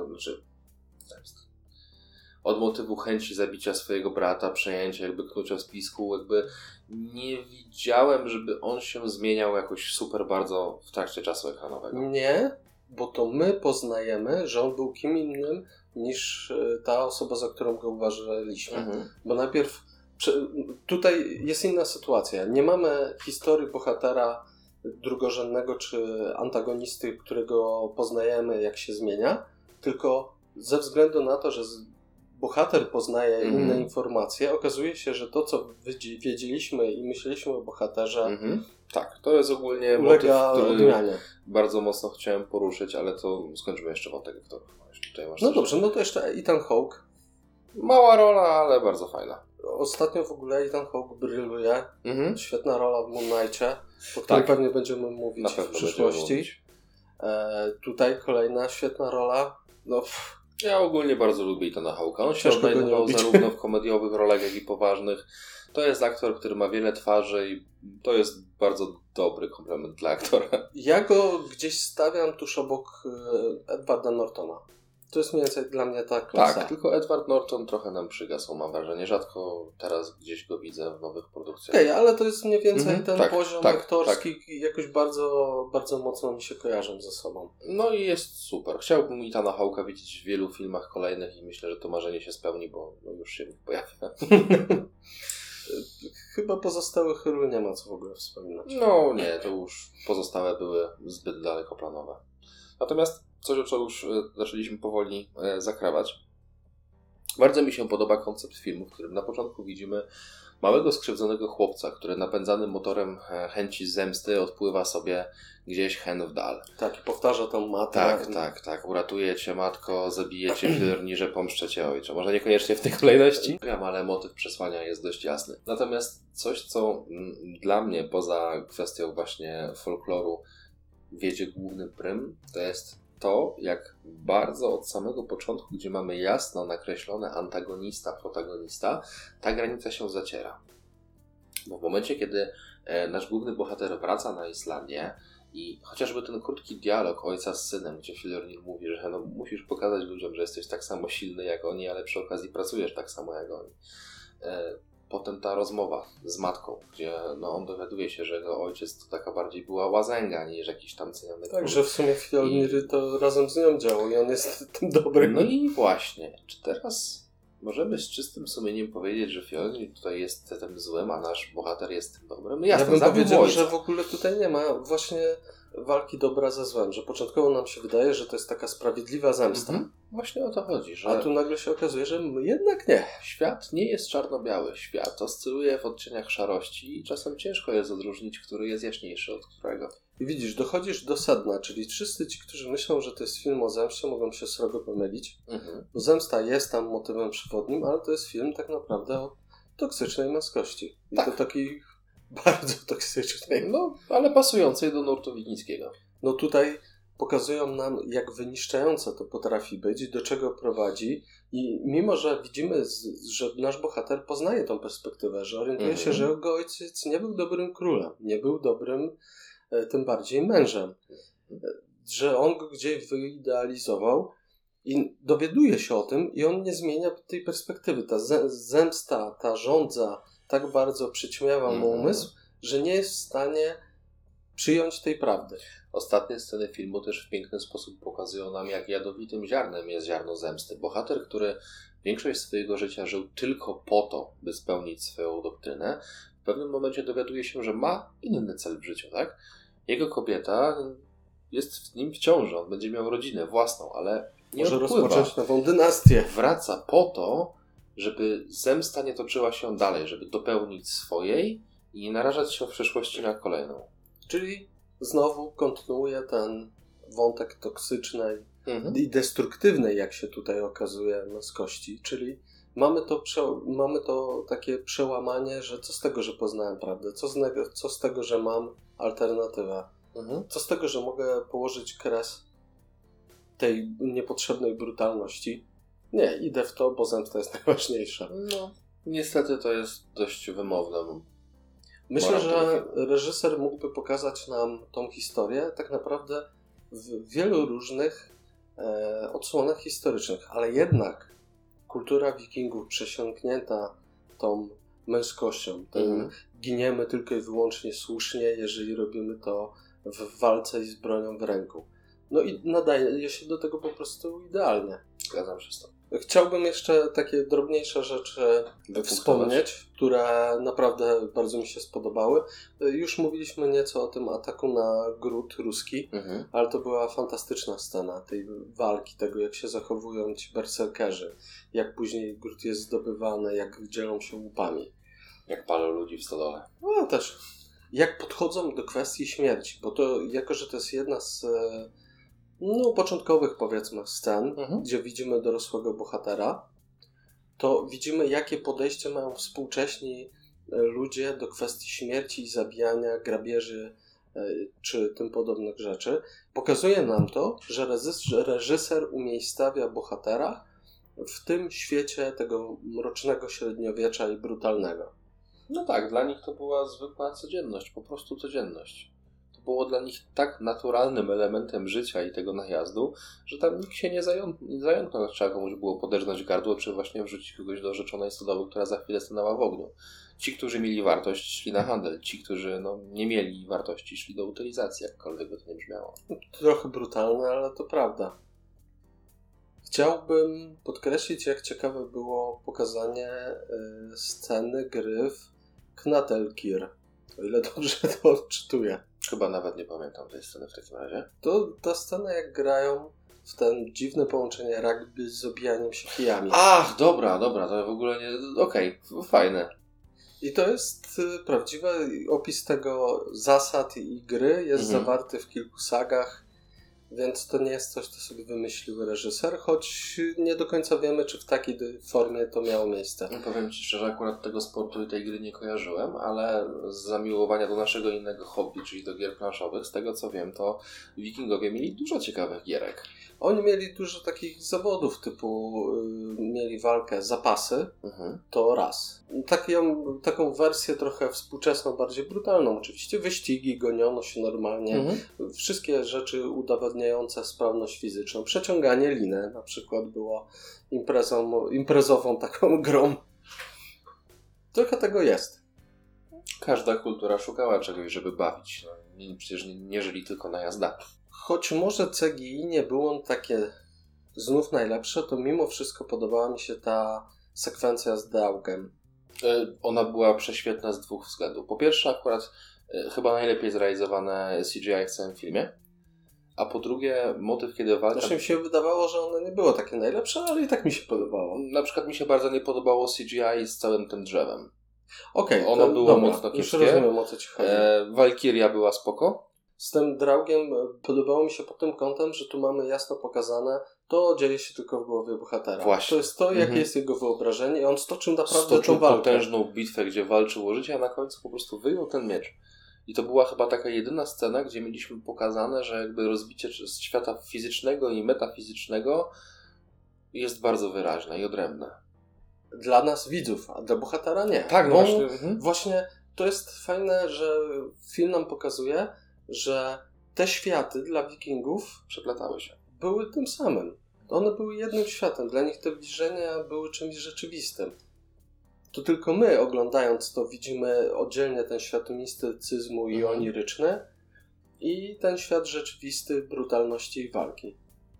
S3: od motywu chęci zabicia swojego brata, przejęcia jakby knucia w spisku, jakby nie widziałem, żeby on się zmieniał jakoś super bardzo w trakcie czasu ekranowego.
S4: Nie, bo to my poznajemy, że on był kim innym niż ta osoba, za którą go uważaliśmy. Bo najpierw tutaj jest inna sytuacja. Nie mamy historii bohatera drugorzędnego czy antagonisty, którego poznajemy, jak się zmienia, tylko ze względu na to, że bohater poznaje inne informacje, okazuje się, że to, co wiedzieliśmy i myśleliśmy o bohaterze,
S3: tak, to jest ogólnie
S4: ulega
S3: motyw, który
S4: odmianie.
S3: Bardzo mocno chciałem poruszyć, ale to skończymy jeszcze wątek aktorów.
S4: No dobrze, to jeszcze Ethan Hawke.
S3: Mała rola, ale bardzo fajna.
S4: Ostatnio w ogóle Ethan Hawke bryluje. Świetna rola w Moon Knightie, o której pewnie będziemy mówić w przyszłości. Tutaj kolejna świetna rola.
S3: Ja ogólnie bardzo lubię Ethana Hawke'a. On się odnajdował zarówno w komediowych rolach, jak i poważnych. To jest aktor, który ma wiele twarzy i to jest bardzo dobry komplement dla aktora.
S4: Ja go gdzieś stawiam tuż obok Edwarda Nortona. To jest mniej więcej dla mnie ta klasa.
S3: Tak, tylko Edward Norton trochę nam przygasł, mam wrażenie. Rzadko teraz gdzieś go widzę w nowych produkcjach.
S4: Ale to jest mniej więcej ten poziom aktorski. Jakoś bardzo, bardzo mocno mi się kojarzą ze sobą.
S3: No i jest super. Chciałbym Ethana Hawke'a widzieć w wielu filmach kolejnych i myślę, że to marzenie się spełni, bo już się pojawia.
S4: Chyba pozostałych ról nie ma co w ogóle wspominać.
S3: No nie, to już pozostałe były zbyt dalekoplanowe. Natomiast coś, o co już zaczęliśmy powoli zakrawać. Bardzo mi się podoba koncept filmu, w którym na początku widzimy małego skrzywdzonego chłopca, który napędzany motorem chęci zemsty odpływa sobie gdzieś hen w dal.
S4: Tak, i powtarza tą matę.
S3: Tak. Uratuję cię, matko, zabiję cię, Filornirze, pomszczę cię, ojcze. Może niekoniecznie w tej kolejności, ale motyw przesłania jest dość jasny. Natomiast coś, co dla mnie, poza kwestią właśnie folkloru, wiedzie główny prym, to jest to, jak bardzo od samego początku, gdzie mamy jasno nakreślone antagonista, protagonista, ta granica się zaciera. Bo w momencie, kiedy nasz główny bohater wraca na Islandię i chociażby ten krótki dialog ojca z synem, gdzie Filornir mówi, że no, musisz pokazać ludziom, że jesteś tak samo silny jak oni, ale przy okazji pracujesz tak samo jak oni. Potem ta rozmowa z matką, gdzie no, on dowiaduje się, że jego ojciec to taka bardziej była łazęga niż jakiś tam ceniony król.
S4: Tak, że w sumie Filornir to razem z nią działał i on jest tym dobrym.
S3: No i właśnie, czy teraz możemy z czystym sumieniem powiedzieć, że Filornir tutaj jest tym złym, a nasz bohater jest tym dobrym? Jasne,
S4: ja bym powiedział,
S3: ojca.
S4: że w ogóle tutaj nie ma właśnie walki dobra ze złem, że początkowo nam się wydaje, że to jest taka sprawiedliwa zemsta.
S3: Właśnie o to chodzi, że...
S4: A tu nagle się okazuje, że jednak nie.
S3: Świat nie jest czarno-biały. Świat oscyluje w odcieniach szarości i czasem ciężko jest odróżnić, który jest jaśniejszy od którego.
S4: I widzisz, dochodzisz do sedna, czyli wszyscy ci, którzy myślą, że to jest film o zemście, mogą się srogo pomylić. Bo zemsta jest tam motywem przewodnim, ale to jest film tak naprawdę o toksycznej męskości. I
S3: tak.
S4: to takiej bardzo toksycznej.
S3: No, ale pasującej do nurtu wigińskiego.
S4: No tutaj pokazują nam, jak wyniszczające to potrafi być, do czego prowadzi i mimo, że widzimy, że nasz bohater poznaje tą perspektywę, że orientuje się, że jego ojciec nie był dobrym królem, nie był dobrym, tym bardziej mężem, że on go gdzieś wyidealizował i dowiaduje się o tym i on nie zmienia tej perspektywy. Ta zemsta, ta żądza tak bardzo przyćmiała mu umysł, że nie jest w stanie przyjąć tej prawdy.
S3: Ostatnie sceny filmu też w piękny sposób pokazują nam, jak jadowitym ziarnem jest ziarno zemsty. Bohater, który większość swojego życia żył tylko po to, by spełnić swoją doktrynę, w pewnym momencie dowiaduje się, że ma inny cel w życiu, tak? Jego kobieta jest w nim w ciąży, on będzie miał rodzinę własną, ale nie
S4: może
S3: odpływa.
S4: rozpocząć nową dynastię.
S3: Wraca po to, żeby zemsta nie toczyła się dalej, żeby dopełnić swojej i nie narażać się w przyszłości na kolejną.
S4: Czyli znowu kontynuuje ten wątek toksycznej i destruktywnej, jak się tutaj okazuje, męskości. Czyli mamy to takie przełamanie, że co z tego, że poznałem prawdę, co z tego, że mam alternatywę, co z tego, że mogę położyć kres tej niepotrzebnej brutalności. Nie, idę w to, bo zemsta jest najważniejsza.
S3: No, niestety to jest dość wymowne.
S4: Myślę, że reżyser mógłby pokazać nam tą historię tak naprawdę w wielu różnych odsłonach historycznych, ale jednak kultura wikingów przesiąknięta tą męskością, giniemy tylko i wyłącznie słusznie, jeżeli robimy to w walce i z bronią w ręku. No i nadaje się do tego po prostu idealnie.
S3: Zgadzam się z tym.
S4: Chciałbym jeszcze takie drobniejsze rzeczy wspomnieć, które naprawdę bardzo mi się spodobały. Już mówiliśmy nieco o tym ataku na gród ruski, ale to była fantastyczna scena tej walki, tego jak się zachowują ci berserkerzy, jak później gród jest zdobywany, jak dzielą się łupami.
S3: Jak palą ludzi w stodole.
S4: No też. Jak podchodzą do kwestii śmierci, bo to jako, że to jest jedna z początkowych, powiedzmy, scen, gdzie widzimy dorosłego bohatera, to widzimy, jakie podejście mają współcześni ludzie do kwestii śmierci, zabijania, grabieży czy tym podobnych rzeczy. Pokazuje nam to, że reżyser umiejscawia bohatera w tym świecie tego mrocznego średniowiecza i brutalnego.
S3: No tak, dla nich to była zwykła codzienność, po prostu codzienność. To było dla nich tak naturalnym elementem życia i tego najazdu, że tam nikt się nie zająknął, jak trzeba komuś było poderżnąć gardło, czy właśnie wrzucić kogoś do rzeczonej stodoły, która za chwilę stanęła w ogniu. Ci, którzy mieli wartość, szli na handel. Ci, którzy nie mieli wartości, szli do utylizacji, jakkolwiek by to nie brzmiało.
S4: Trochę brutalne, ale to prawda. Chciałbym podkreślić, jak ciekawe było pokazanie sceny gry w Knattleikir, o ile dobrze to odczytuję.
S3: Chyba nawet nie pamiętam tej sceny w takim razie.
S4: To ta scena, jak grają w ten dziwne połączenie rugby z obijaniem się kijami.
S3: Ach, dobra, to w ogóle nie... Okej, fajne.
S4: I to jest prawdziwy opis tego zasad i gry, jest zawarty w kilku sagach, więc to nie jest coś, co sobie wymyślił reżyser, choć nie do końca wiemy, czy w takiej formie to miało miejsce.
S3: Powiem Ci szczerze, akurat tego sportu i tej gry nie kojarzyłem, ale z zamiłowania do naszego innego hobby, czyli do gier planszowych, z tego co wiem, to Wikingowie mieli dużo ciekawych gierek.
S4: Oni mieli dużo takich zawodów, typu mieli walkę zapasy, to raz. Taką wersję trochę współczesną, bardziej brutalną oczywiście. Wyścigi, goniono się normalnie. Wszystkie rzeczy udowadniające sprawność fizyczną. Przeciąganie liny na przykład było imprezową taką grą. Trochę tego jest.
S3: Każda kultura szukała czegoś, żeby bawić. No, przecież nie żyli tylko na jazdach.
S4: Choć może CGI nie było takie znów najlepsze, to mimo wszystko podobała mi się ta sekwencja z Daugiem.
S3: Ona była prześwietna z dwóch względów. Po pierwsze, akurat chyba najlepiej zrealizowane CGI w całym filmie. A po drugie, motyw, kiedy walka...
S4: Zresztą mi się wydawało, że ono nie było takie najlepsze, ale i tak mi się podobało.
S3: Na przykład mi się bardzo nie podobało CGI z całym tym drzewem.
S4: Okej,
S3: ono było mocno
S4: już
S3: kiepskie.
S4: rozumiem, o co ci chodzi.
S3: Valkyria była spoko.
S4: Z tym Draugiem podobało mi się pod tym kątem, że tu mamy jasno pokazane, to dzieje się tylko w głowie bohatera.
S3: Właśnie.
S4: To jest to, jakie jest jego wyobrażenie i on stoczył naprawdę
S3: Stoczył
S4: tą walkę.
S3: potężną bitwę, gdzie walczył o życie, a na końcu po prostu wyjął ten miecz. I to była chyba taka jedyna scena, gdzie mieliśmy pokazane, że jakby rozbicie z świata fizycznego i metafizycznego jest bardzo wyraźne i odrębne.
S4: Dla nas widzów, a dla bohatera nie.
S3: Tak, no
S4: bo
S3: właśnie.
S4: Właśnie to jest fajne, że film nam pokazuje, że te światy dla Wikingów
S3: Przeplatały się.
S4: były tym samym. One były jednym światem. Dla nich te bliżenia były czymś rzeczywistym. To tylko my, oglądając to, widzimy oddzielnie ten świat mistycyzmu i oniryczny i ten świat rzeczywisty, brutalności i walki.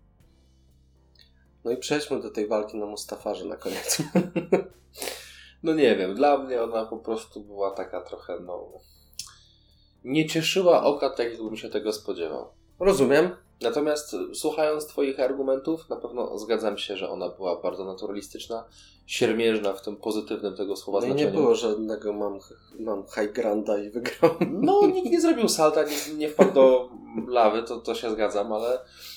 S4: No i przejdźmy do tej walki na Mustafarze na koniec.
S3: No nie wiem, dla mnie ona po prostu była taka trochę, nie cieszyła oka tak, jakbym się tego spodziewał.
S4: Rozumiem.
S3: Natomiast słuchając Twoich argumentów, na pewno zgadzam się, że ona była bardzo naturalistyczna, siermierzna w tym pozytywnym tego słowa
S4: No i
S3: znaczeniu.
S4: nie było żadnego mam high granda i wygrał.
S3: No, nikt nie zrobił salta, nie wpadł do lawy, to się zgadzam, ale...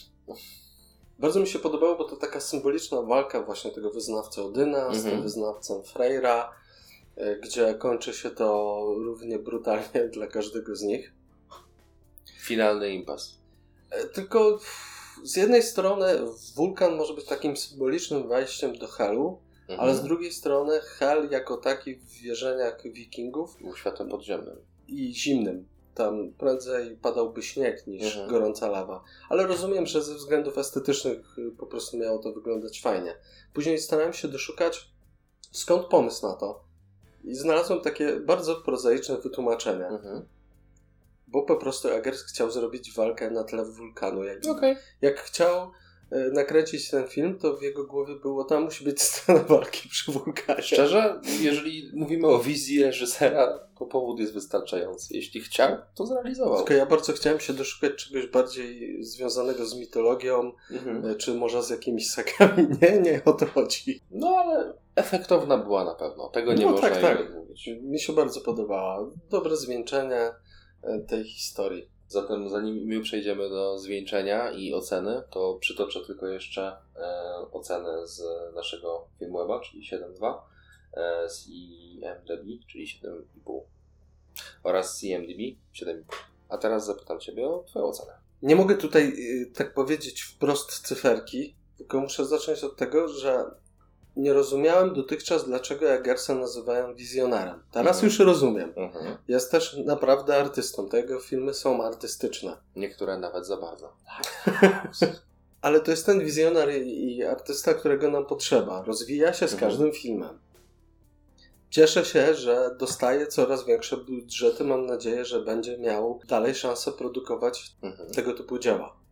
S4: Bardzo mi się podobało, bo to taka symboliczna walka właśnie tego wyznawcy Odyna z tym wyznawcą Freyra, gdzie kończy się to równie brutalnie dla każdego z nich.
S3: Finalny impas.
S4: Tylko z jednej strony wulkan może być takim symbolicznym wejściem do Helu, ale z drugiej strony Hel jako taki w wierzeniach Wikingów
S3: Był światem podziemnym.
S4: i zimnym. Tam prędzej padałby śnieg niż gorąca lawa. Ale rozumiem, że ze względów estetycznych po prostu miało to wyglądać fajnie. Później starałem się doszukać, skąd pomysł na to. I znalazłem takie bardzo prozaiczne wytłumaczenie. Bo po prostu Eggers chciał zrobić walkę na tle wulkanu. Jak chciał nakręcić ten film, to w jego głowie było, tam musi być scena walki przy wulkanie.
S3: Szczerze, jeżeli mówimy o wizji reżysera, to powód jest wystarczający. Jeśli chciał, to zrealizował.
S4: Tylko ja bardzo chciałem się doszukać czegoś bardziej związanego z mitologią, czy może z jakimiś sagami. Nie o to chodzi.
S3: No ale efektowna była na pewno. Tego nie można jej odmówić.
S4: Mi się bardzo podobała. Dobre zwieńczenie tej historii.
S3: Zatem zanim my przejdziemy do zwieńczenia i oceny, to przytoczę tylko jeszcze ocenę z naszego Filmweba, czyli 7.2, z IMDb, czyli 7,5 oraz z IMDb 7,5. A teraz zapytam Ciebie o Twoją ocenę.
S4: Nie mogę tutaj tak powiedzieć wprost cyferki, tylko muszę zacząć od tego, że nie rozumiałem dotychczas, dlaczego Eggersa nazywają wizjonerem. Teraz już rozumiem. Jest też naprawdę artystą. Te jego filmy są artystyczne.
S3: Niektóre nawet za bardzo.
S4: Ale to jest ten wizjoner i artysta, którego nam potrzeba. Rozwija się z każdym filmem. Cieszę się, że dostaje coraz większe budżety. Mam nadzieję, że będzie miał dalej szansę produkować tego typu dzieła.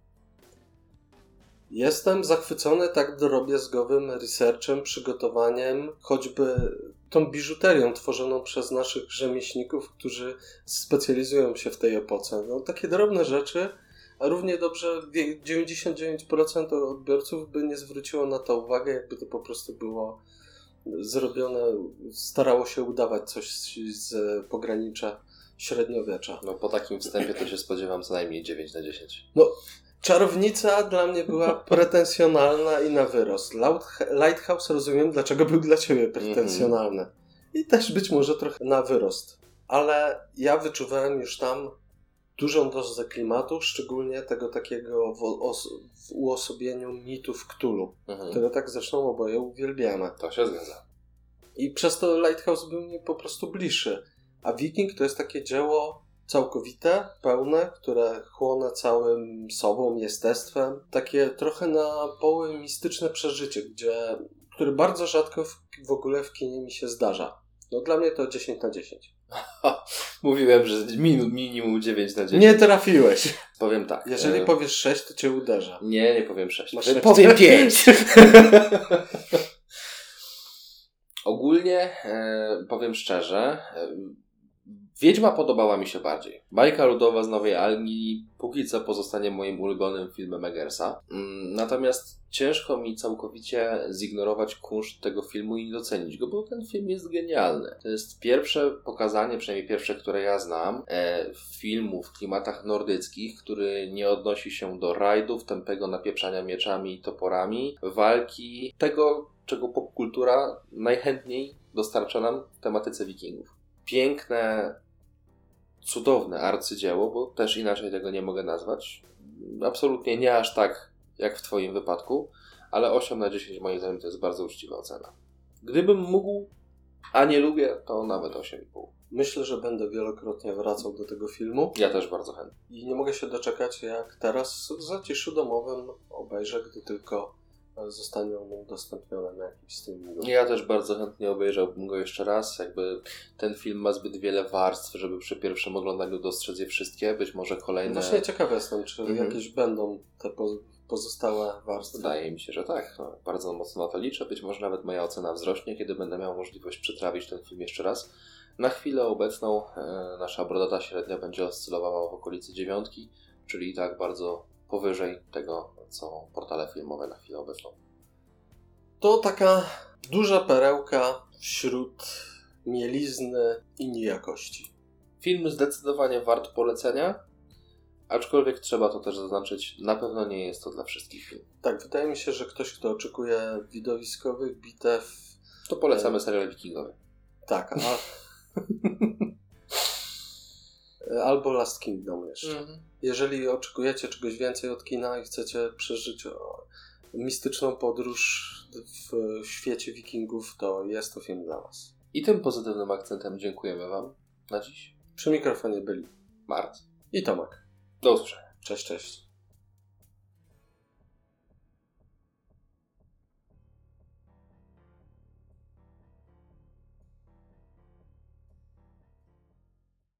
S4: Jestem zachwycony tak drobiazgowym researchem, przygotowaniem, choćby tą biżuterią tworzoną przez naszych rzemieślników, którzy specjalizują się w tej epoce. No, takie drobne rzeczy A równie dobrze 99% odbiorców by nie zwróciło na to uwagę, jakby to po prostu było zrobione, starało się udawać coś z pogranicza średniowiecza.
S3: No po takim wstępie to się spodziewam co najmniej 9 na 10.
S4: No, Czarownica dla mnie była pretensjonalna i na wyrost. Lighthouse rozumiem, dlaczego był dla ciebie pretensjonalny. I też być może trochę na wyrost. Ale ja wyczuwałem już tam dużą dozę klimatu, szczególnie tego takiego w uosobieniu mitów Cthulhu, które tak zresztą oboje uwielbiamy.
S3: To się zgadza.
S4: I przez to Lighthouse był mi po prostu bliższy. A Viking to jest takie dzieło całkowite, pełne, które chłonę całym sobą, jestestwem. Takie trochę na poły mistyczne przeżycie, które bardzo rzadko w ogóle w kinie mi się zdarza. No dla mnie to 10 na 10.
S3: Mówiłem, że minimum 9 na 10.
S4: Nie trafiłeś.
S3: Powiem tak.
S4: Jeżeli powiesz 6, to cię uderza.
S3: Nie powiem 6.
S4: Masz
S3: Powiem 5. Ogólnie powiem szczerze, Wiedźma podobała mi się bardziej. Bajka ludowa z Nowej Anglii póki co pozostanie moim ulubionym filmem Eggersa. Natomiast ciężko mi całkowicie zignorować kunszt tego filmu i nie docenić go, bo ten film jest genialny. To jest pierwsze pokazanie, przynajmniej pierwsze, które ja znam, filmu w klimatach nordyckich, który nie odnosi się do rajdów, tępego napieprzania mieczami i toporami, walki, tego, czego popkultura najchętniej dostarcza nam w tematyce wikingów. Piękne, cudowne arcydzieło, bo też inaczej tego nie mogę nazwać. Absolutnie nie aż tak jak w twoim wypadku, ale 8 na 10 moim zdaniem to jest bardzo uczciwa ocena. Gdybym mógł, a nie lubię, to nawet 8,5.
S4: Myślę, że będę wielokrotnie wracał do tego filmu.
S3: Ja też bardzo chętnie.
S4: I nie mogę się doczekać, jak teraz w zaciszu domowym obejrzę, gdy tylko zostanie on udostępniony na jakimś streamingu.
S3: Ja też bardzo chętnie obejrzałbym go jeszcze raz. Jakby ten film ma zbyt wiele warstw, żeby przy pierwszym oglądaniu dostrzec je wszystkie. Być może kolejne...
S4: Właśnie ciekawy jestem, czy jakieś będą te pozostałe warstwy.
S3: Wydaje mi się, że tak. No, bardzo mocno na to liczę. Być może nawet moja ocena wzrośnie, kiedy będę miał możliwość przetrawić ten film jeszcze raz. Na chwilę obecną nasza brodata średnia będzie oscylowała w okolicy 9, czyli i tak bardzo powyżej tego, co portale filmowe na chwilę obecną.
S4: To taka duża perełka wśród mielizny i niejakości.
S3: Film zdecydowanie wart polecenia, aczkolwiek trzeba to też zaznaczyć, na pewno nie jest to dla wszystkich film.
S4: Tak, wydaje mi się, że ktoś, kto oczekuje widowiskowych bitew...
S3: To polecamy serial wikingowy.
S4: Tak, albo Last Kingdom jeszcze. Jeżeli oczekujecie czegoś więcej od kina i chcecie przeżyć mistyczną podróż w świecie wikingów, to jest to film dla was.
S3: I tym pozytywnym akcentem dziękujemy wam na dziś.
S4: Przy mikrofonie byli
S3: Mart
S4: i Tomek.
S3: do usłyszenia.
S4: Cześć, cześć.